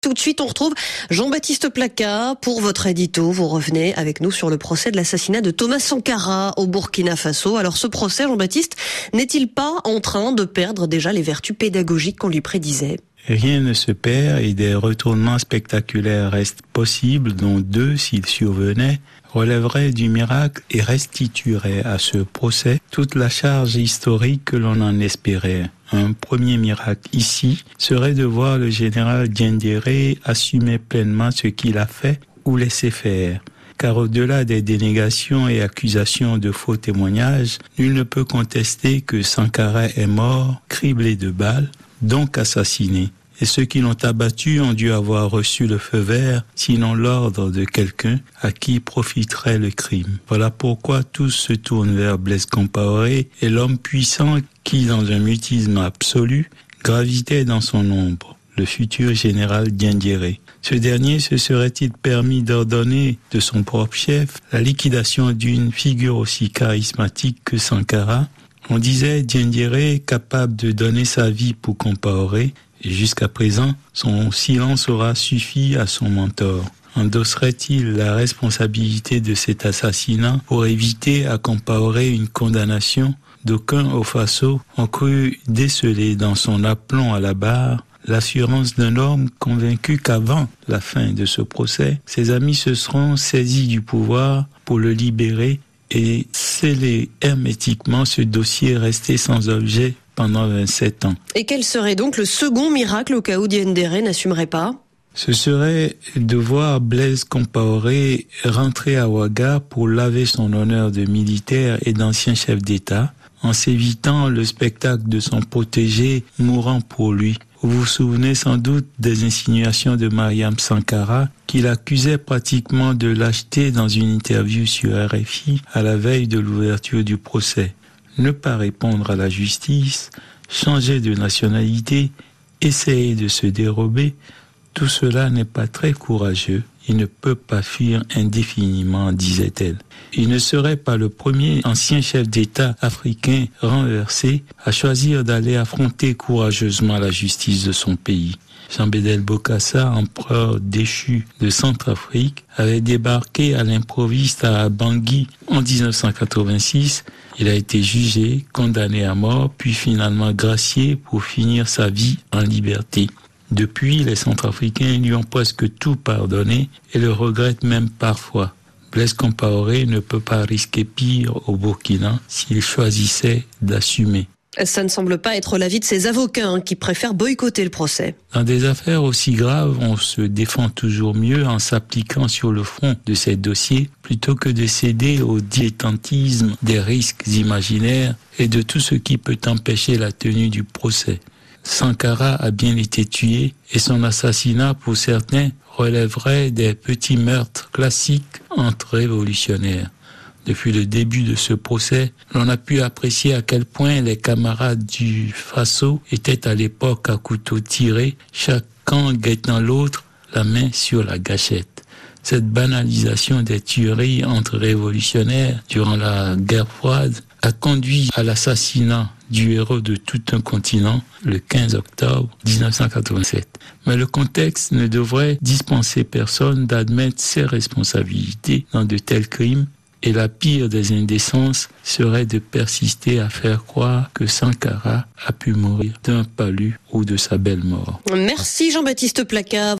Tout de suite, on retrouve Jean-Baptiste Placas pour votre édito. Vous revenez avec nous sur le procès de l'assassinat de Thomas Sankara au Burkina Faso. Alors ce procès, Jean-Baptiste, n'est-il pas en train de perdre déjà les vertus pédagogiques qu'on lui prédisait ? Rien ne se perd et des retournements spectaculaires restent possibles, dont deux, s'ils survenaient, relèveraient du miracle et restitueraient à ce procès toute la charge historique que l'on en espérait. Un premier miracle ici serait de voir le général Diendéré assumer pleinement ce qu'il a fait ou laisser faire. Car au-delà des dénégations et accusations de faux témoignages, nul ne peut contester que Sankara est mort, criblé de balles, donc assassiné. Et ceux qui l'ont abattu ont dû avoir reçu le feu vert, sinon l'ordre de quelqu'un à qui profiterait le crime. Voilà pourquoi tous se tournent vers Blaise Compaoré et l'homme puissant qui, dans un mutisme absolu, gravitait dans son ombre, le futur général Diendéré. Ce dernier se serait-il permis d'ordonner de son propre chef la liquidation d'une figure aussi charismatique que Sankara ? On disait Diendéré capable de donner sa vie pour Compaoré, et jusqu'à présent, son silence aura suffi à son mentor. Endosserait-il la responsabilité de cet assassinat pour éviter à Compaoré une condamnation ? D'aucuns au Faso ont cru déceler dans son aplomb à la barre l'assurance d'un homme convaincu qu'avant la fin de ce procès, ses amis se seront saisis du pouvoir pour le libérer et sceller hermétiquement ce dossier resté sans objet pendant 27 ans. Et quel serait donc le second miracle au cas où Diendéré n'assumerait pas ? Ce serait de voir Blaise Compaoré rentrer à Ouaga pour laver son honneur de militaire et d'ancien chef d'État, en s'évitant le spectacle de son protégé mourant pour lui. Vous vous souvenez sans doute des insinuations de Mariam Sankara, qui l'accusait pratiquement de lâcheté dans une interview sur RFI à la veille de l'ouverture du procès. Ne pas répondre à la justice, changer de nationalité, essayer de se dérober, tout cela n'est pas très courageux. Il ne peut pas fuir indéfiniment, disait-elle. Il ne serait pas le premier ancien chef d'État africain renversé à choisir d'aller affronter courageusement la justice de son pays. Jean Bédel Bokassa, empereur déchu de Centrafrique, avait débarqué à l'improviste à Bangui en 1986. Il a été jugé, condamné à mort, puis finalement gracié pour finir sa vie en liberté. Depuis, les Centrafricains lui ont presque tout pardonné et le regrettent même parfois. Blaise Compaoré ne peut pas risquer pire au Burkina s'il choisissait d'assumer. Ça ne semble pas être l'avis de ses avocats qui préfèrent boycotter le procès. Dans des affaires aussi graves, on se défend toujours mieux en s'appliquant sur le front de ces dossiers plutôt que de céder au dilettantisme des risques imaginaires et de tout ce qui peut empêcher la tenue du procès. Sankara a bien été tué et son assassinat, pour certains, relèverait des petits meurtres classiques entre révolutionnaires. Depuis le début de ce procès, l'on a pu apprécier à quel point les camarades du Faso étaient à l'époque à couteau tiré, chacun guettant l'autre, la main sur la gâchette. Cette banalisation des tueries entre révolutionnaires durant la guerre froide a conduit à l'assassinat du héros de tout un continent le 15 octobre 1987. Mais le contexte ne devrait dispenser personne d'admettre ses responsabilités dans de tels crimes. Et la pire des indécences serait de persister à faire croire que Sankara a pu mourir d'un palu ou de sa belle mort. Merci Jean-Baptiste Placas.